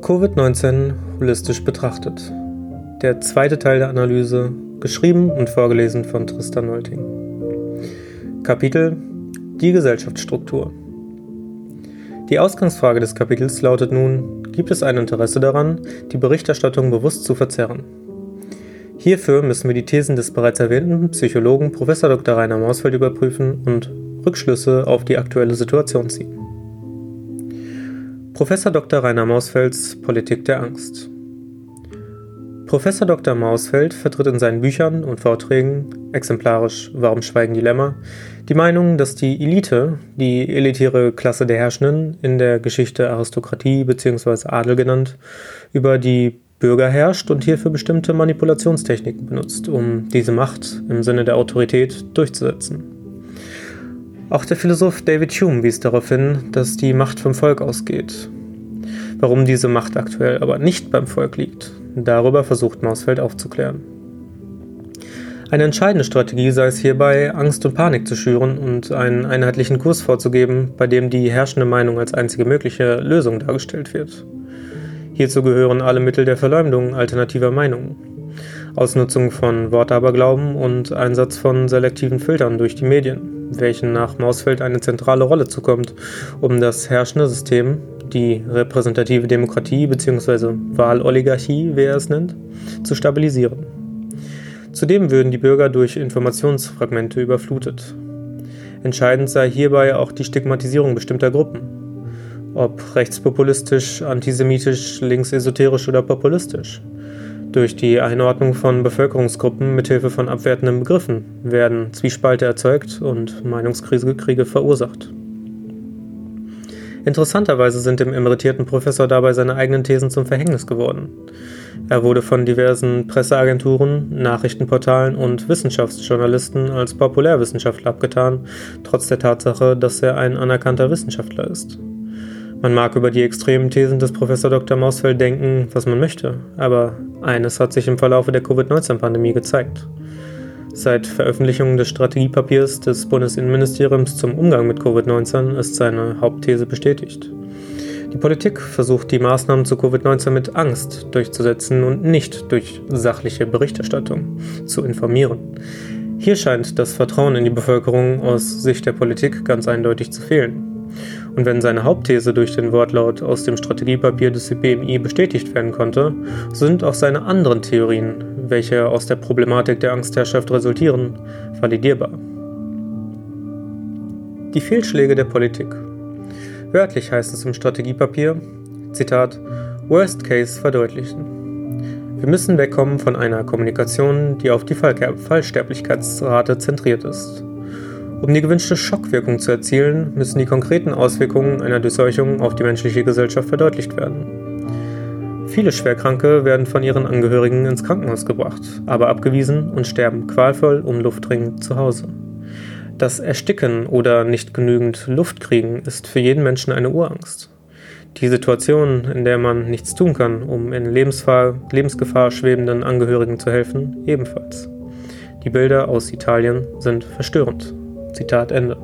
Covid-19 holistisch betrachtet. Der zweite Teil der Analyse, geschrieben und vorgelesen von Tristan Nolting. Kapitel: Die Gesellschaftsstruktur. Die Ausgangsfrage des Kapitels lautet nun: Gibt es ein Interesse daran, die Berichterstattung bewusst zu verzerren? Hierfür müssen wir die Thesen des bereits erwähnten Psychologen Prof. Dr. Rainer Mausfeld überprüfen und Rückschlüsse auf die aktuelle Situation ziehen. Prof. Dr. Rainer Mausfelds Politik der Angst. Prof. Dr. Mausfeld vertritt in seinen Büchern und Vorträgen, exemplarisch Warum schweigen die Lämmer, die Meinung, dass die Elite, die elitäre Klasse der Herrschenden, in der Geschichte Aristokratie bzw. Adel genannt, über die Bürger herrscht und hierfür bestimmte Manipulationstechniken benutzt, um diese Macht im Sinne der Autorität durchzusetzen. Auch der Philosoph David Hume wies darauf hin, dass die Macht vom Volk ausgeht. Warum diese Macht aktuell aber nicht beim Volk liegt, darüber versucht Mausfeld aufzuklären. Eine entscheidende Strategie sei es hierbei, Angst und Panik zu schüren und einen einheitlichen Kurs vorzugeben, bei dem die herrschende Meinung als einzige mögliche Lösung dargestellt wird. Hierzu gehören alle Mittel der Verleumdung alternativer Meinungen, Ausnutzung von Wortaberglauben und Einsatz von selektiven Filtern durch die Medien, welchen nach Mausfeld eine zentrale Rolle zukommt, um das herrschende System, die repräsentative Demokratie bzw. Wahloligarchie, wie er es nennt, zu stabilisieren. Zudem würden die Bürger durch Informationsfragmente überflutet. Entscheidend sei hierbei auch die Stigmatisierung bestimmter Gruppen, ob rechtspopulistisch, antisemitisch, linksesoterisch oder populistisch. Durch die Einordnung von Bevölkerungsgruppen mithilfe von abwertenden Begriffen werden Zwiespalte erzeugt und Meinungskriege verursacht. Interessanterweise sind dem emeritierten Professor dabei seine eigenen Thesen zum Verhängnis geworden. Er wurde von diversen Presseagenturen, Nachrichtenportalen und Wissenschaftsjournalisten als Populärwissenschaftler abgetan, trotz der Tatsache, dass er ein anerkannter Wissenschaftler ist. Man mag über die extremen Thesen des Prof. Dr. Mausfeld denken, was man möchte, aber eines hat sich im Verlaufe der Covid-19-Pandemie gezeigt. Seit Veröffentlichung des Strategiepapiers des Bundesinnenministeriums zum Umgang mit Covid-19 ist seine Hauptthese bestätigt. Die Politik versucht, die Maßnahmen zu Covid-19 mit Angst durchzusetzen und nicht durch sachliche Berichterstattung zu informieren. Hier scheint das Vertrauen in die Bevölkerung aus Sicht der Politik ganz eindeutig zu fehlen. Und wenn seine Hauptthese durch den Wortlaut aus dem Strategiepapier des BMI bestätigt werden konnte, so sind auch seine anderen Theorien, welche aus der Problematik der Angstherrschaft resultieren, validierbar. Die Fehlschläge der Politik. Wörtlich heißt es im Strategiepapier, Zitat, Worst Case verdeutlichen. Wir müssen wegkommen von einer Kommunikation, die auf die Fallsterblichkeitsrate zentriert ist. Um die gewünschte Schockwirkung zu erzielen, müssen die konkreten Auswirkungen einer Durchseuchung auf die menschliche Gesellschaft verdeutlicht werden. Viele Schwerkranke werden von ihren Angehörigen ins Krankenhaus gebracht, aber abgewiesen und sterben qualvoll um Luft ringend zu Hause. Das Ersticken oder nicht genügend Luft kriegen ist für jeden Menschen eine Urangst. Die Situation, in der man nichts tun kann, um in Lebensgefahr schwebenden Angehörigen zu helfen, ebenfalls. Die Bilder aus Italien sind verstörend. Zitat Ende.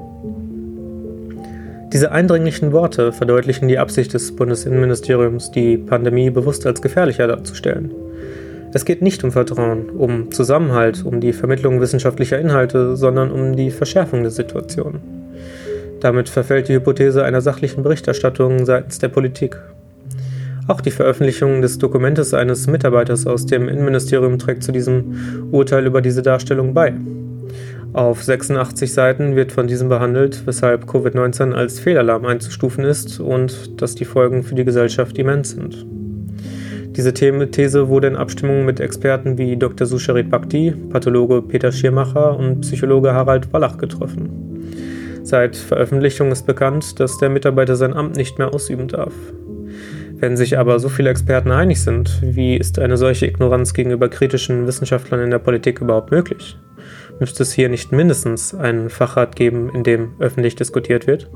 Diese eindringlichen Worte verdeutlichen die Absicht des Bundesinnenministeriums, die Pandemie bewusst als gefährlicher darzustellen. Es geht nicht um Vertrauen, um Zusammenhalt, um die Vermittlung wissenschaftlicher Inhalte, sondern um die Verschärfung der Situation. Damit verfällt die Hypothese einer sachlichen Berichterstattung seitens der Politik. Auch die Veröffentlichung des Dokumentes eines Mitarbeiters aus dem Innenministerium trägt zu diesem Urteil über diese Darstellung bei. Auf 86 Seiten wird von diesem behandelt, weshalb Covid-19 als Fehlalarm einzustufen ist und dass die Folgen für die Gesellschaft immens sind. Diese These wurde in Abstimmung mit Experten wie Dr. Susharit Bhakti, Pathologe Peter Schirmacher und Psychologe Harald Wallach getroffen. Seit Veröffentlichung ist bekannt, dass der Mitarbeiter sein Amt nicht mehr ausüben darf. Wenn sich aber so viele Experten einig sind, wie ist eine solche Ignoranz gegenüber kritischen Wissenschaftlern in der Politik überhaupt möglich? Müsste es hier nicht mindestens einen Fachrat geben, in dem öffentlich diskutiert wird?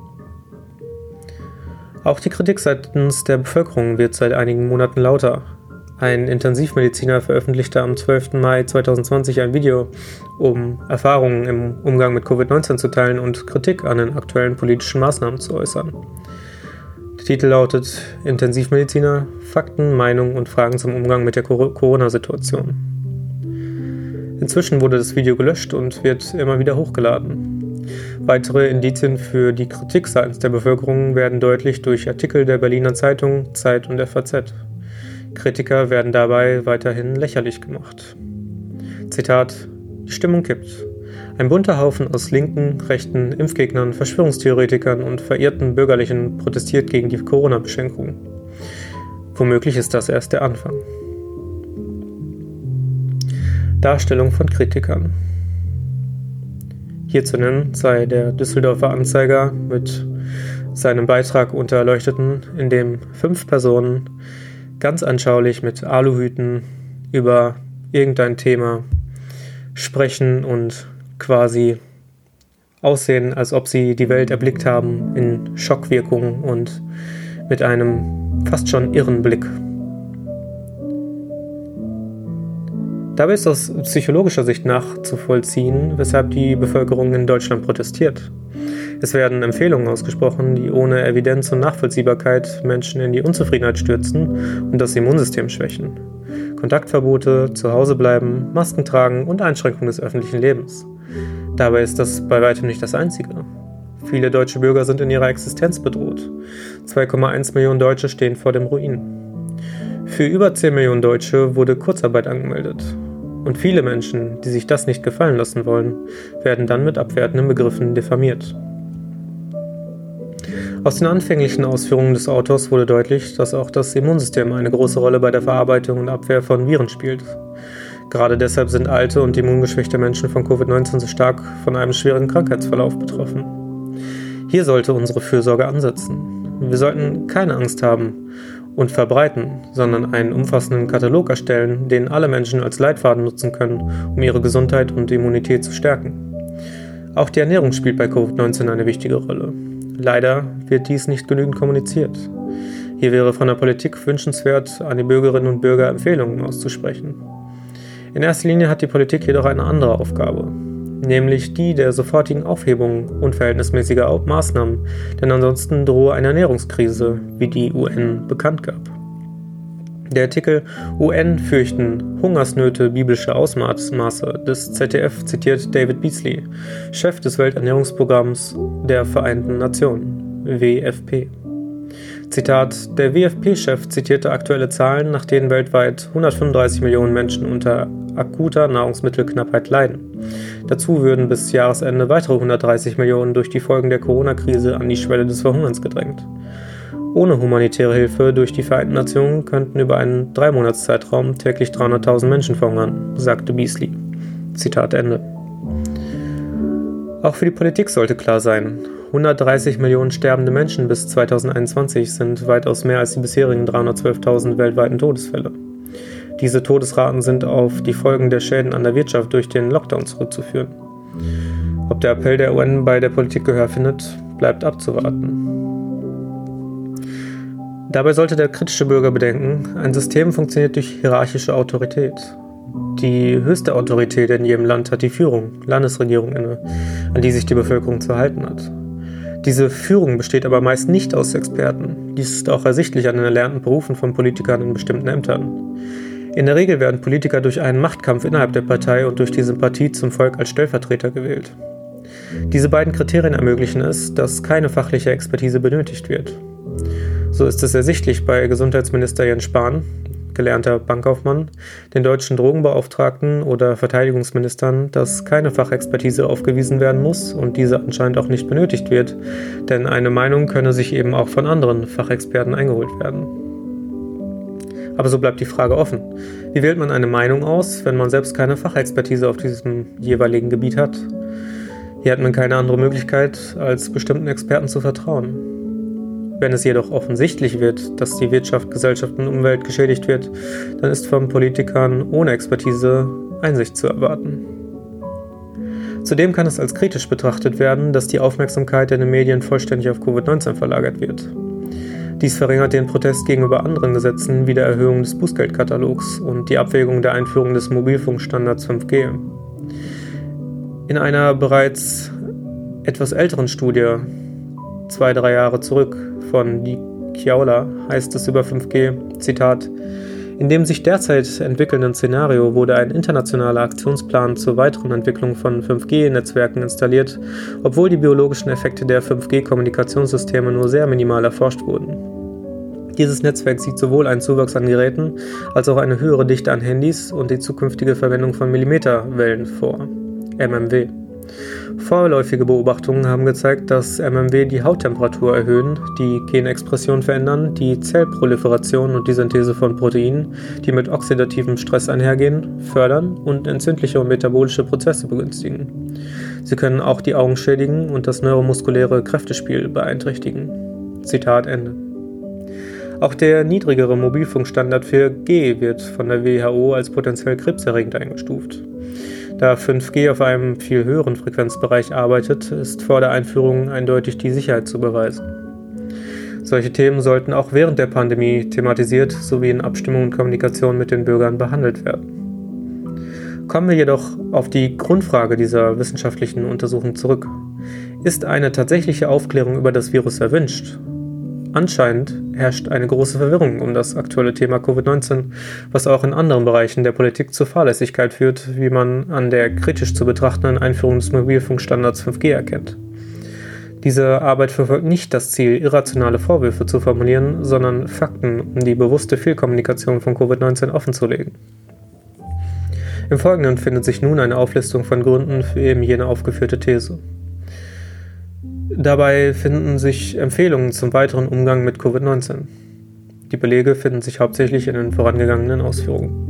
Auch die Kritik seitens der Bevölkerung wird seit einigen Monaten lauter. Ein Intensivmediziner veröffentlichte am 12. Mai 2020 ein Video, um Erfahrungen im Umgang mit Covid-19 zu teilen und Kritik an den aktuellen politischen Maßnahmen zu äußern. Titel lautet Intensivmediziner, Fakten, Meinungen und Fragen zum Umgang mit der Corona-Situation. Inzwischen wurde das Video gelöscht und wird immer wieder hochgeladen. Weitere Indizien für die Kritik seitens der Bevölkerung werden deutlich durch Artikel der Berliner Zeitung, Zeit und FAZ. Kritiker werden dabei weiterhin lächerlich gemacht. Zitat: Die Stimmung kippt. Ein bunter Haufen aus Linken, Rechten, Impfgegnern, Verschwörungstheoretikern und verirrten Bürgerlichen protestiert gegen die Corona-Beschränkungen. Womöglich ist das erst der Anfang. Darstellung von Kritikern. Hier zu nennen sei der Düsseldorfer Anzeiger mit seinem Beitrag unter Erleuchteten, in dem 5 Personen ganz anschaulich mit Aluhüten über irgendein Thema sprechen und quasi aussehen, als ob sie die Welt erblickt haben in Schockwirkung und mit einem fast schon irren Blick. Dabei ist aus psychologischer Sicht nachzuvollziehen, weshalb die Bevölkerung in Deutschland protestiert. Es werden Empfehlungen ausgesprochen, die ohne Evidenz und Nachvollziehbarkeit Menschen in die Unzufriedenheit stürzen und das Immunsystem schwächen. Kontaktverbote, zu Hause bleiben, Masken tragen und Einschränkungen des öffentlichen Lebens. Dabei ist das bei weitem nicht das Einzige. Viele deutsche Bürger sind in ihrer Existenz bedroht. 2,1 Millionen Deutsche stehen vor dem Ruin. Für über 10 Millionen Deutsche wurde Kurzarbeit angemeldet. Und viele Menschen, die sich das nicht gefallen lassen wollen, werden dann mit abwertenden Begriffen diffamiert. Aus den anfänglichen Ausführungen des Autors wurde deutlich, dass auch das Immunsystem eine große Rolle bei der Verarbeitung und Abwehr von Viren spielt. Gerade deshalb sind alte und immungeschwächte Menschen von Covid-19 so stark von einem schweren Krankheitsverlauf betroffen. Hier sollte unsere Fürsorge ansetzen. Wir sollten keine Angst haben und verbreiten, sondern einen umfassenden Katalog erstellen, den alle Menschen als Leitfaden nutzen können, um ihre Gesundheit und Immunität zu stärken. Auch die Ernährung spielt bei Covid-19 eine wichtige Rolle. Leider wird dies nicht genügend kommuniziert. Hier wäre von der Politik wünschenswert, an die Bürgerinnen und Bürger Empfehlungen auszusprechen. In erster Linie hat die Politik jedoch eine andere Aufgabe, nämlich die der sofortigen Aufhebung unverhältnismäßiger Maßnahmen, denn ansonsten drohe eine Ernährungskrise, wie die UN bekannt gab. Der Artikel UN fürchten Hungersnöte biblische Ausmaße des ZDF zitiert David Beasley, Chef des Welternährungsprogramms der Vereinten Nationen, WFP. Zitat: Der WFP-Chef zitierte aktuelle Zahlen, nach denen weltweit 135 Millionen Menschen unter akuter Nahrungsmittelknappheit leiden. Dazu würden bis Jahresende weitere 130 Millionen durch die Folgen der Corona-Krise an die Schwelle des Verhungerns gedrängt. Ohne humanitäre Hilfe durch die Vereinten Nationen könnten über einen 3-Monats-Zeitraum täglich 300.000 Menschen verhungern, sagte Beasley. Zitat Ende. Auch für die Politik sollte klar sein, 130 Millionen sterbende Menschen bis 2021 sind weitaus mehr als die bisherigen 312.000 weltweiten Todesfälle. Diese Todesraten sind auf die Folgen der Schäden an der Wirtschaft durch den Lockdown zurückzuführen. Ob der Appell der UN bei der Politik Gehör findet, bleibt abzuwarten. Dabei sollte der kritische Bürger bedenken, ein System funktioniert durch hierarchische Autorität. Die höchste Autorität in jedem Land hat die Führung, Landesregierung inne, an die sich die Bevölkerung zu halten hat. Diese Führung besteht aber meist nicht aus Experten. Dies ist auch ersichtlich an den erlernten Berufen von Politikern in bestimmten Ämtern. In der Regel werden Politiker durch einen Machtkampf innerhalb der Partei und durch die Sympathie zum Volk als Stellvertreter gewählt. Diese beiden Kriterien ermöglichen es, dass keine fachliche Expertise benötigt wird. So ist es ersichtlich bei Gesundheitsminister Jens Spahn, gelernter Bankkaufmann, den deutschen Drogenbeauftragten oder Verteidigungsministern, dass keine Fachexpertise aufgewiesen werden muss und diese anscheinend auch nicht benötigt wird, denn eine Meinung könne sich eben auch von anderen Fachexperten eingeholt werden. Aber so bleibt die Frage offen. Wie wählt man eine Meinung aus, wenn man selbst keine Fachexpertise auf diesem jeweiligen Gebiet hat? Hier hat man keine andere Möglichkeit, als bestimmten Experten zu vertrauen. Wenn es jedoch offensichtlich wird, dass die Wirtschaft, Gesellschaft und Umwelt geschädigt wird, dann ist von Politikern ohne Expertise Einsicht zu erwarten. Zudem kann es als kritisch betrachtet werden, dass die Aufmerksamkeit in den Medien vollständig auf Covid-19 verlagert wird. Dies verringert den Protest gegenüber anderen Gesetzen wie der Erhöhung des Bußgeldkatalogs und die Abwägung der Einführung des Mobilfunkstandards 5G. In einer bereits etwas älteren Studie, 2-3 Jahre zurück, von die Chiaula heißt es über 5G, Zitat: In dem sich derzeit entwickelnden Szenario wurde ein internationaler Aktionsplan zur weiteren Entwicklung von 5G-Netzwerken installiert, obwohl die biologischen Effekte der 5G-Kommunikationssysteme nur sehr minimal erforscht wurden. Dieses Netzwerk sieht sowohl einen Zuwachs an Geräten als auch eine höhere Dichte an Handys und die zukünftige Verwendung von Millimeterwellen vor, MMW. Vorläufige Beobachtungen haben gezeigt, dass MMW die Hauttemperatur erhöhen, die Genexpression verändern, die Zellproliferation und die Synthese von Proteinen, die mit oxidativem Stress einhergehen, fördern und entzündliche und metabolische Prozesse begünstigen. Sie können auch die Augen schädigen und das neuromuskuläre Kräftespiel beeinträchtigen. Zitat Ende. Auch der niedrigere Mobilfunkstandard 4G wird von der WHO als potenziell krebserregend eingestuft. Da 5G auf einem viel höheren Frequenzbereich arbeitet, ist vor der Einführung eindeutig die Sicherheit zu beweisen. Solche Themen sollten auch während der Pandemie thematisiert sowie in Abstimmung und Kommunikation mit den Bürgern behandelt werden. Kommen wir jedoch auf die Grundfrage dieser wissenschaftlichen Untersuchung zurück. Ist eine tatsächliche Aufklärung über das Virus erwünscht? Anscheinend herrscht eine große Verwirrung um das aktuelle Thema Covid-19, was auch in anderen Bereichen der Politik zur Fahrlässigkeit führt, wie man an der kritisch zu betrachtenden Einführung des Mobilfunkstandards 5G erkennt. Diese Arbeit verfolgt nicht das Ziel, irrationale Vorwürfe zu formulieren, sondern Fakten, um die bewusste Fehlkommunikation von Covid-19 offenzulegen. Im Folgenden findet sich nun eine Auflistung von Gründen für eben jene aufgeführte These. Dabei finden sich Empfehlungen zum weiteren Umgang mit Covid-19. Die Belege finden sich hauptsächlich in den vorangegangenen Ausführungen.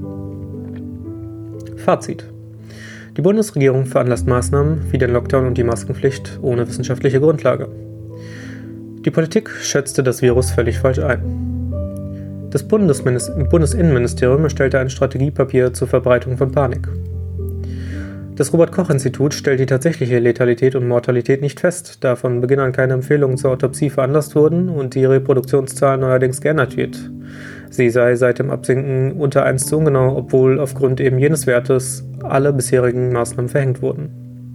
Fazit: Die Bundesregierung veranlasst Maßnahmen wie den Lockdown und die Maskenpflicht ohne wissenschaftliche Grundlage. Die Politik schätzte das Virus völlig falsch ein. Das Bundesinnenministerium erstellte ein Strategiepapier zur Verbreitung von Panik. Das Robert-Koch-Institut stellt die tatsächliche Letalität und Mortalität nicht fest, da von Beginn an keine Empfehlungen zur Autopsie veranlasst wurden und die Reproduktionszahl neuerdings geändert wird. Sie sei seit dem Absinken unter 1 zu ungenau, obwohl aufgrund eben jenes Wertes alle bisherigen Maßnahmen verhängt wurden.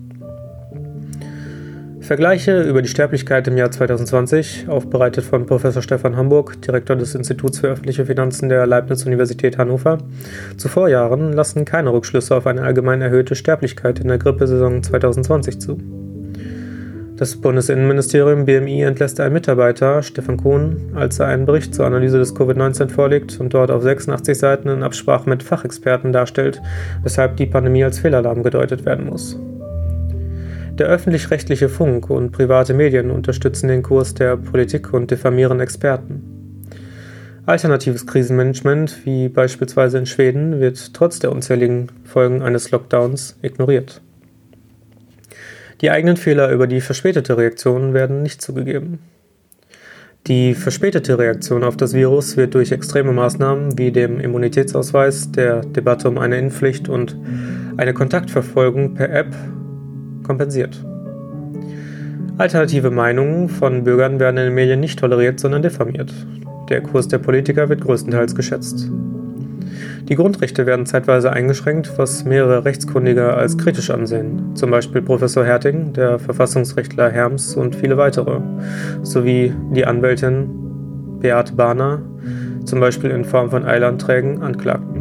Vergleiche über die Sterblichkeit im Jahr 2020, aufbereitet von Professor Stefan Homburg, Direktor des Instituts für öffentliche Finanzen der Leibniz-Universität Hannover, zu Vorjahren lassen keine Rückschlüsse auf eine allgemein erhöhte Sterblichkeit in der Grippesaison 2020 zu. Das Bundesinnenministerium BMI entlässt einen Mitarbeiter, Stefan Kuhn, als er einen Bericht zur Analyse des Covid-19 vorlegt und dort auf 86 Seiten in Absprache mit Fachexperten darstellt, weshalb die Pandemie als Fehlalarm gedeutet werden muss. Der öffentlich-rechtliche Funk und private Medien unterstützen den Kurs der Politik und diffamieren Experten. Alternatives Krisenmanagement, wie beispielsweise in Schweden, wird trotz der unzähligen Folgen eines Lockdowns ignoriert. Die eigenen Fehler über die verspätete Reaktion werden nicht zugegeben. Die verspätete Reaktion auf das Virus wird durch extreme Maßnahmen wie dem Immunitätsausweis, der Debatte um eine Impfpflicht und eine Kontaktverfolgung per App kompensiert. Alternative Meinungen von Bürgern werden in den Medien nicht toleriert, sondern diffamiert. Der Kurs der Politiker wird größtenteils geschätzt. Die Grundrechte werden zeitweise eingeschränkt, was mehrere Rechtskundige als kritisch ansehen, zum Beispiel Professor Herting, der Verfassungsrechtler Herms und viele weitere, sowie die Anwältin Beate Bahner, zum Beispiel in Form von Eilanträgen, anklagten.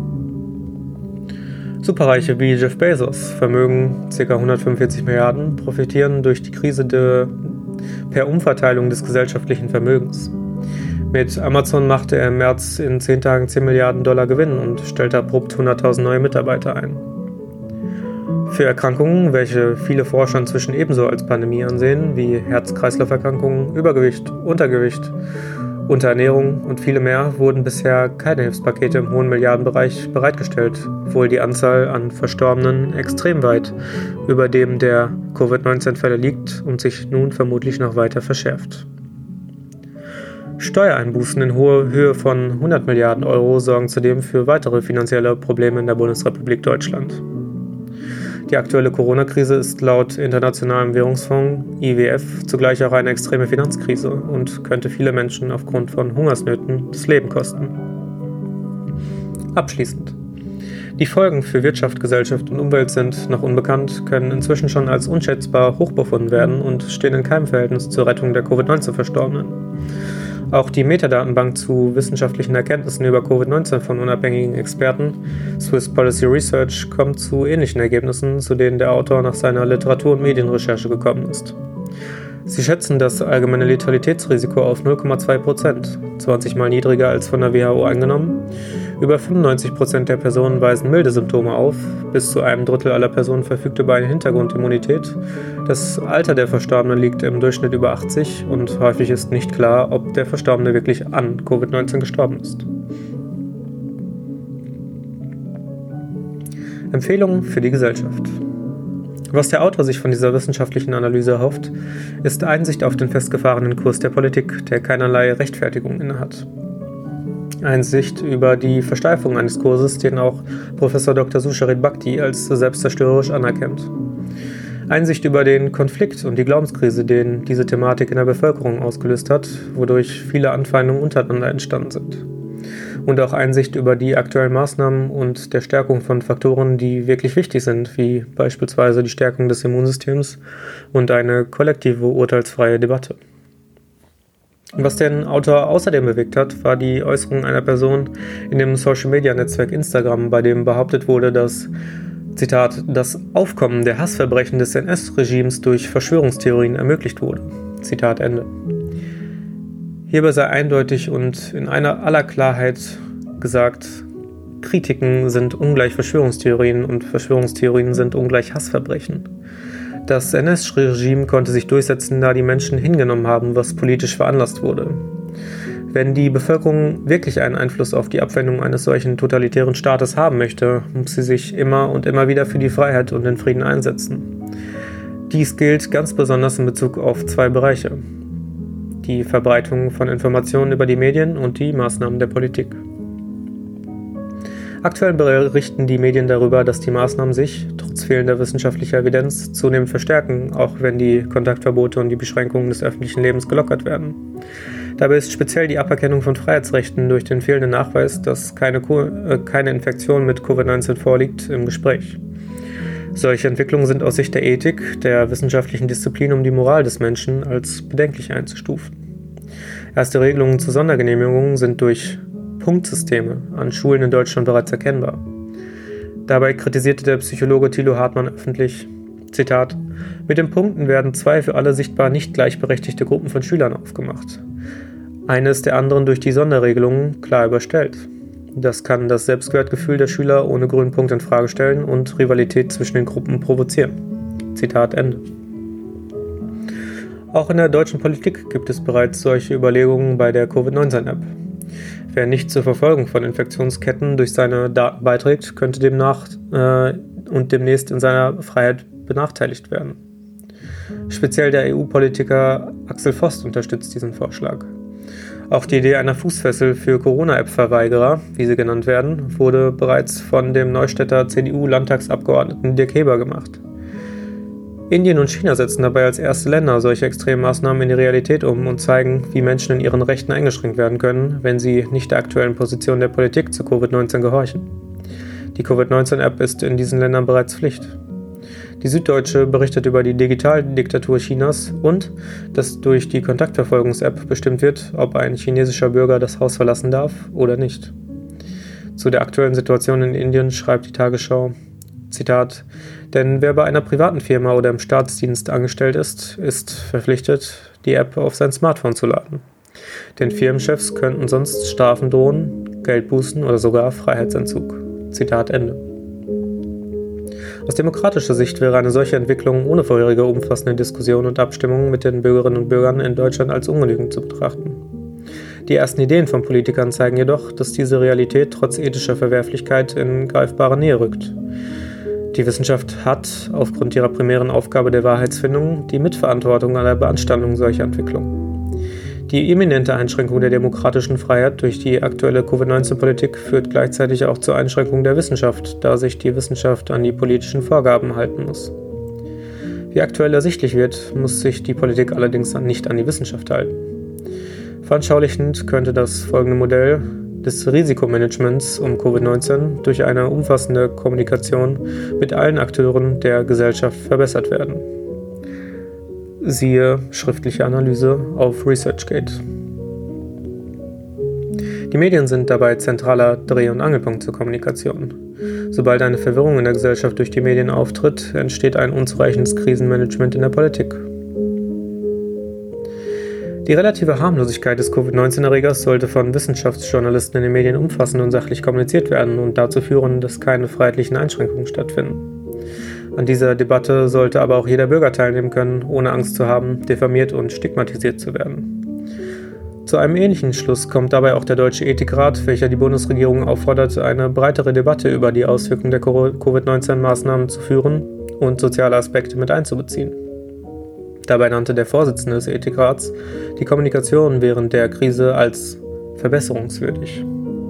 Superreiche wie Jeff Bezos, Vermögen ca. 145 Milliarden, profitieren durch die Krise per Umverteilung des gesellschaftlichen Vermögens. Mit Amazon machte er im März in 10 Tagen 10 Milliarden Dollar Gewinn und stellte abrupt 100.000 neue Mitarbeiter ein. Für Erkrankungen, welche viele Forscher inzwischen ebenso als Pandemie ansehen, wie Herz-Kreislauf-Erkrankungen, Übergewicht, Untergewicht, Unterernährung und viele mehr, wurden bisher keine Hilfspakete im hohen Milliardenbereich bereitgestellt, obwohl die Anzahl an Verstorbenen extrem weit über dem der Covid-19-Fälle liegt und sich nun vermutlich noch weiter verschärft. Steuereinbußen in hoher Höhe von 100 Milliarden Euro sorgen zudem für weitere finanzielle Probleme in der Bundesrepublik Deutschland. Die aktuelle Corona-Krise ist laut Internationalem Währungsfonds IWF zugleich auch eine extreme Finanzkrise und könnte viele Menschen aufgrund von Hungersnöten das Leben kosten. Abschließend: Die Folgen für Wirtschaft, Gesellschaft und Umwelt sind noch unbekannt, können inzwischen schon als unschätzbar hoch befunden werden und stehen in keinem Verhältnis zur Rettung der Covid-19-Verstorbenen. Auch die Metadatenbank zu wissenschaftlichen Erkenntnissen über Covid-19 von unabhängigen Experten, Swiss Policy Research, kommt zu ähnlichen Ergebnissen, zu denen der Autor nach seiner Literatur- und Medienrecherche gekommen ist. Sie schätzen das allgemeine Letalitätsrisiko auf 0,2%, 20 Mal niedriger als von der WHO angenommen. Über 95% der Personen weisen milde Symptome auf, bis zu einem Drittel aller Personen verfügt über eine Hintergrundimmunität. Das Alter der Verstorbenen liegt im Durchschnitt über 80 und häufig ist nicht klar, ob der Verstorbene wirklich an Covid-19 gestorben ist. Empfehlungen für die Gesellschaft. Was der Autor sich von dieser wissenschaftlichen Analyse erhofft, ist Einsicht auf den festgefahrenen Kurs der Politik, der keinerlei Rechtfertigung innehat. Einsicht über die Versteifung eines Kurses, den auch Professor Dr. Susharit Bhakti als selbstzerstörerisch anerkennt. Einsicht über den Konflikt und die Glaubenskrise, den diese Thematik in der Bevölkerung ausgelöst hat, wodurch viele Anfeindungen untereinander entstanden sind. Und auch Einsicht über die aktuellen Maßnahmen und der Stärkung von Faktoren, die wirklich wichtig sind, wie beispielsweise die Stärkung des Immunsystems und eine kollektive urteilsfreie Debatte. Was den Autor außerdem bewegt hat, war die Äußerung einer Person in dem Social-Media-Netzwerk Instagram, bei dem behauptet wurde, dass, Zitat, das Aufkommen der Hassverbrechen des NS-Regimes durch Verschwörungstheorien ermöglicht wurde. Zitat Ende. Hierbei sei eindeutig und in aller Klarheit gesagt, Kritiken sind ungleich Verschwörungstheorien und Verschwörungstheorien sind ungleich Hassverbrechen. Das NS-Regime konnte sich durchsetzen, da die Menschen hingenommen haben, was politisch veranlasst wurde. Wenn die Bevölkerung wirklich einen Einfluss auf die Abwendung eines solchen totalitären Staates haben möchte, muss sie sich immer und immer wieder für die Freiheit und den Frieden einsetzen. Dies gilt ganz besonders in Bezug auf zwei Bereiche: die Verbreitung von Informationen über die Medien und die Maßnahmen der Politik. Aktuell berichten die Medien darüber, dass die Maßnahmen sich, trotz fehlender wissenschaftlicher Evidenz, zunehmend verstärken, auch wenn die Kontaktverbote und die Beschränkungen des öffentlichen Lebens gelockert werden. Dabei ist speziell die Aberkennung von Freiheitsrechten durch den fehlenden Nachweis, dass keine Infektion mit Covid-19 vorliegt, im Gespräch. Solche Entwicklungen sind aus Sicht der Ethik, der wissenschaftlichen Disziplin um die Moral des Menschen als bedenklich einzustufen. Erste Regelungen zur Sondergenehmigung sind durch Punktsysteme an Schulen in Deutschland bereits erkennbar. Dabei kritisierte der Psychologe Thilo Hartmann öffentlich, Zitat, mit den Punkten werden zwei für alle sichtbar nicht gleichberechtigte Gruppen von Schülern aufgemacht. Eine ist der anderen durch die Sonderregelungen klar überstellt. Das kann das Selbstwertgefühl der Schüler ohne grünen Punkt in Frage stellen und Rivalität zwischen den Gruppen provozieren. Zitat Ende. Auch in der deutschen Politik gibt es bereits solche Überlegungen bei der Covid-19-App. Wer nicht zur Verfolgung von Infektionsketten durch seine Daten beiträgt, könnte demnächst in seiner Freiheit benachteiligt werden. Speziell der EU-Politiker Axel Voss unterstützt diesen Vorschlag. Auch die Idee einer Fußfessel für Corona-App-Verweigerer, wie sie genannt werden, wurde bereits von dem Neustädter CDU-Landtagsabgeordneten Dirk Heber gemacht. Indien und China setzen dabei als erste Länder solche Extremmaßnahmen in die Realität um und zeigen, wie Menschen in ihren Rechten eingeschränkt werden können, wenn sie nicht der aktuellen Position der Politik zu Covid-19 gehorchen. Die Covid-19-App ist in diesen Ländern bereits Pflicht. Die Süddeutsche berichtet über die Digitaldiktatur Chinas und, dass durch die Kontaktverfolgungs-App bestimmt wird, ob ein chinesischer Bürger das Haus verlassen darf oder nicht. Zu der aktuellen Situation in Indien schreibt die Tagesschau, Zitat, denn wer bei einer privaten Firma oder im Staatsdienst angestellt ist, ist verpflichtet, die App auf sein Smartphone zu laden. Den Firmenchefs könnten sonst Strafen drohen, Geldbußen oder sogar Freiheitsentzug. Zitat Ende. Aus demokratischer Sicht wäre eine solche Entwicklung ohne vorherige umfassende Diskussion und Abstimmung mit den Bürgerinnen und Bürgern in Deutschland als ungenügend zu betrachten. Die ersten Ideen von Politikern zeigen jedoch, dass diese Realität trotz ethischer Verwerflichkeit in greifbare Nähe rückt. Die Wissenschaft hat, aufgrund ihrer primären Aufgabe der Wahrheitsfindung, die Mitverantwortung an der Beanstandung solcher Entwicklungen. Die eminente Einschränkung der demokratischen Freiheit durch die aktuelle Covid-19-Politik führt gleichzeitig auch zur Einschränkung der Wissenschaft, da sich die Wissenschaft an die politischen Vorgaben halten muss. Wie aktuell ersichtlich wird, muss sich die Politik allerdings nicht an die Wissenschaft halten. Veranschaulichend könnte das folgende Modell des Risikomanagements um Covid-19 durch eine umfassende Kommunikation mit allen Akteuren der Gesellschaft verbessert werden. Siehe schriftliche Analyse auf ResearchGate. Die Medien sind dabei zentraler Dreh- und Angelpunkt zur Kommunikation. Sobald eine Verwirrung in der Gesellschaft durch die Medien auftritt, entsteht ein unzureichendes Krisenmanagement in der Politik. Die relative Harmlosigkeit des Covid-19-Erregers sollte von Wissenschaftsjournalisten in den Medien umfassend und sachlich kommuniziert werden und dazu führen, dass keine freiheitlichen Einschränkungen stattfinden. An dieser Debatte sollte aber auch jeder Bürger teilnehmen können, ohne Angst zu haben, diffamiert und stigmatisiert zu werden. Zu einem ähnlichen Schluss kommt dabei auch der Deutsche Ethikrat, welcher die Bundesregierung auffordert, eine breitere Debatte über die Auswirkungen der Covid-19-Maßnahmen zu führen und soziale Aspekte mit einzubeziehen. Dabei nannte der Vorsitzende des Ethikrats die Kommunikation während der Krise als verbesserungswürdig.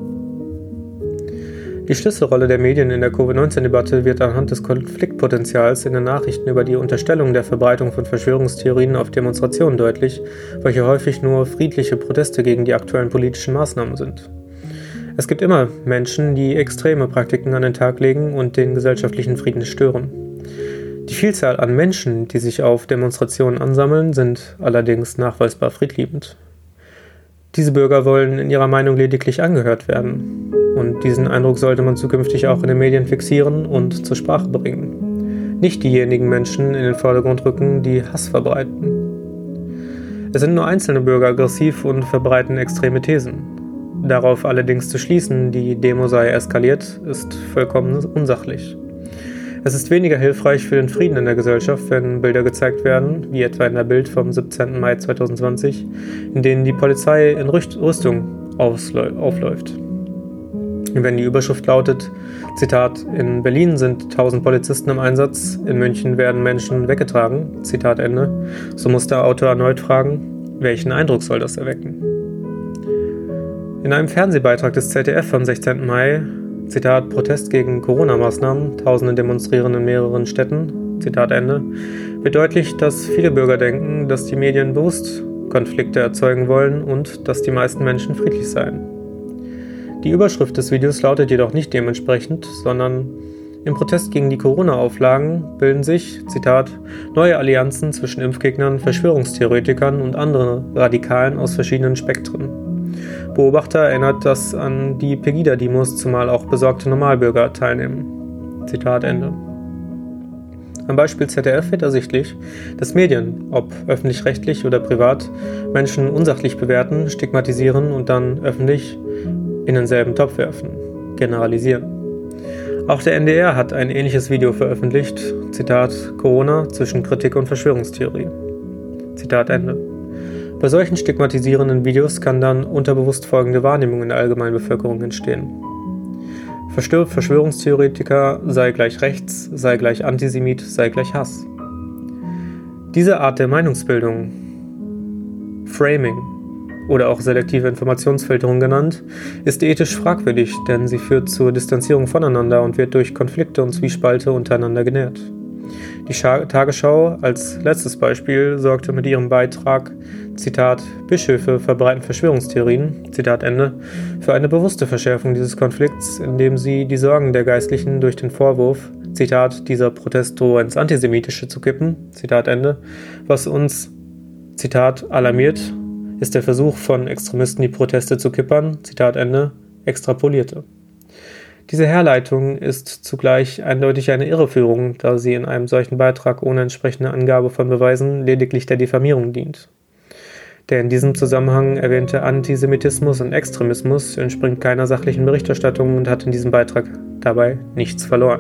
Die Schlüsselrolle der Medien in der Covid-19-Debatte wird anhand des Konfliktpotenzials in den Nachrichten über die Unterstellung der Verbreitung von Verschwörungstheorien auf Demonstrationen deutlich, welche häufig nur friedliche Proteste gegen die aktuellen politischen Maßnahmen sind. Es gibt immer Menschen, die extreme Praktiken an den Tag legen und den gesellschaftlichen Frieden stören. Die Vielzahl an Menschen, die sich auf Demonstrationen ansammeln, sind allerdings nachweisbar friedliebend. Diese Bürger wollen in ihrer Meinung lediglich angehört werden. Und diesen Eindruck sollte man zukünftig auch in den Medien fixieren und zur Sprache bringen. Nicht diejenigen Menschen in den Vordergrund rücken, die Hass verbreiten. Es sind nur einzelne Bürger aggressiv und verbreiten extreme Thesen. Darauf allerdings zu schließen, die Demo sei eskaliert, ist vollkommen unsachlich. Es ist weniger hilfreich für den Frieden in der Gesellschaft, wenn Bilder gezeigt werden, wie etwa in der Bild vom 17. Mai 2020, in denen die Polizei in Rüstung aufläuft. Wenn die Überschrift lautet, Zitat, in Berlin sind 1000 Polizisten im Einsatz, in München werden Menschen weggetragen, Zitat Ende, so muss der Autor erneut fragen, welchen Eindruck soll das erwecken? In einem Fernsehbeitrag des ZDF vom 16. Mai, Zitat, Protest gegen Corona-Maßnahmen, Tausende demonstrieren in mehreren Städten, Zitat Ende, wird deutlich, dass viele Bürger denken, dass die Medien bewusst Konflikte erzeugen wollen und dass die meisten Menschen friedlich seien. Die Überschrift des Videos lautet jedoch nicht dementsprechend, sondern im Protest gegen die Corona-Auflagen bilden sich, Zitat, neue Allianzen zwischen Impfgegnern, Verschwörungstheoretikern und anderen Radikalen aus verschiedenen Spektren. Beobachter erinnert das an die Pegida-Demos, zumal auch besorgte Normalbürger teilnehmen. Zitat Ende. Am Beispiel ZDF wird ersichtlich, dass Medien, ob öffentlich-rechtlich oder privat, Menschen unsachlich bewerten, stigmatisieren und dann öffentlich in denselben Topf werfen, generalisieren. Auch der NDR hat ein ähnliches Video veröffentlicht, Zitat, Corona zwischen Kritik und Verschwörungstheorie. Zitat Ende. Bei solchen stigmatisierenden Videos kann dann unterbewusst folgende Wahrnehmung in der allgemeinen Bevölkerung entstehen. Verschwörungstheoretiker sei gleich rechts, sei gleich Antisemit, sei gleich Hass. Diese Art der Meinungsbildung, Framing oder auch selektive Informationsfilterung genannt, ist ethisch fragwürdig, denn sie führt zur Distanzierung voneinander und wird durch Konflikte und Zwiespalte untereinander genährt. Die Tagesschau als letztes Beispiel sorgte mit ihrem Beitrag, Zitat, Bischöfe verbreiten Verschwörungstheorien, Zitat Ende, für eine bewusste Verschärfung dieses Konflikts, indem sie die Sorgen der Geistlichen durch den Vorwurf, Zitat, dieser Protest drohe ins Antisemitische zu kippen, Zitat Ende, was uns, Zitat, alarmiert, ist der Versuch von Extremisten, die Proteste zu kippern, Zitat Ende, extrapolierte. Diese Herleitung ist zugleich eindeutig eine Irreführung, da sie in einem solchen Beitrag ohne entsprechende Angabe von Beweisen lediglich der Diffamierung dient. Der in diesem Zusammenhang erwähnte Antisemitismus und Extremismus entspringt keiner sachlichen Berichterstattung und hat in diesem Beitrag dabei nichts verloren.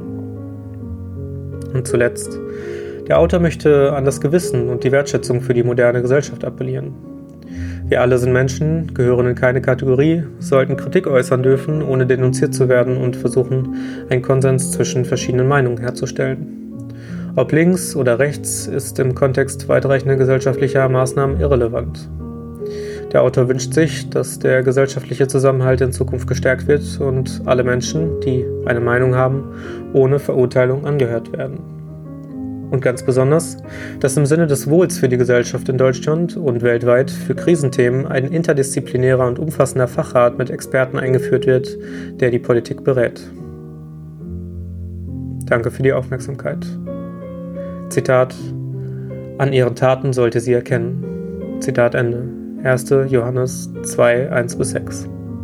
Und zuletzt, der Autor möchte an das Gewissen und die Wertschätzung für die moderne Gesellschaft appellieren. Wir alle sind Menschen, gehören in keine Kategorie, sollten Kritik äußern dürfen, ohne denunziert zu werden und versuchen, einen Konsens zwischen verschiedenen Meinungen herzustellen. Ob links oder rechts, ist im Kontext weitreichender gesellschaftlicher Maßnahmen irrelevant. Der Autor wünscht sich, dass der gesellschaftliche Zusammenhalt in Zukunft gestärkt wird und alle Menschen, die eine Meinung haben, ohne Verurteilung angehört werden. Und ganz besonders, dass im Sinne des Wohls für die Gesellschaft in Deutschland und weltweit für Krisenthemen ein interdisziplinärer und umfassender Fachrat mit Experten eingeführt wird, der die Politik berät. Danke für die Aufmerksamkeit. Zitat, an ihren Taten sollte sie erkennen. Zitat Ende. 1. Johannes 2, 1-6.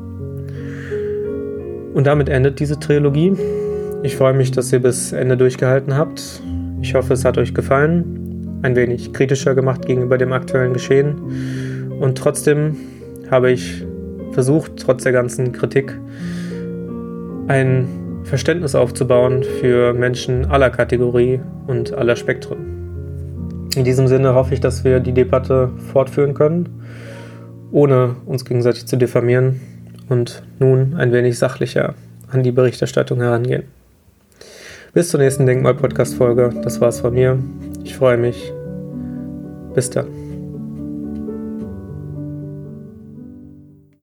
Und damit endet diese Trilogie. Ich freue mich, dass ihr bis Ende durchgehalten habt. Ich hoffe, es hat euch gefallen. Ein wenig kritischer gemacht gegenüber dem aktuellen Geschehen. Und trotzdem habe ich versucht, trotz der ganzen Kritik, ein Verständnis aufzubauen für Menschen aller Kategorie und aller Spektren. In diesem Sinne hoffe ich, dass wir die Debatte fortführen können, ohne uns gegenseitig zu diffamieren und nun ein wenig sachlicher an die Berichterstattung herangehen. Bis zur nächsten Denkmal-Podcast-Folge. Das war's von mir. Ich freue mich. Bis dann.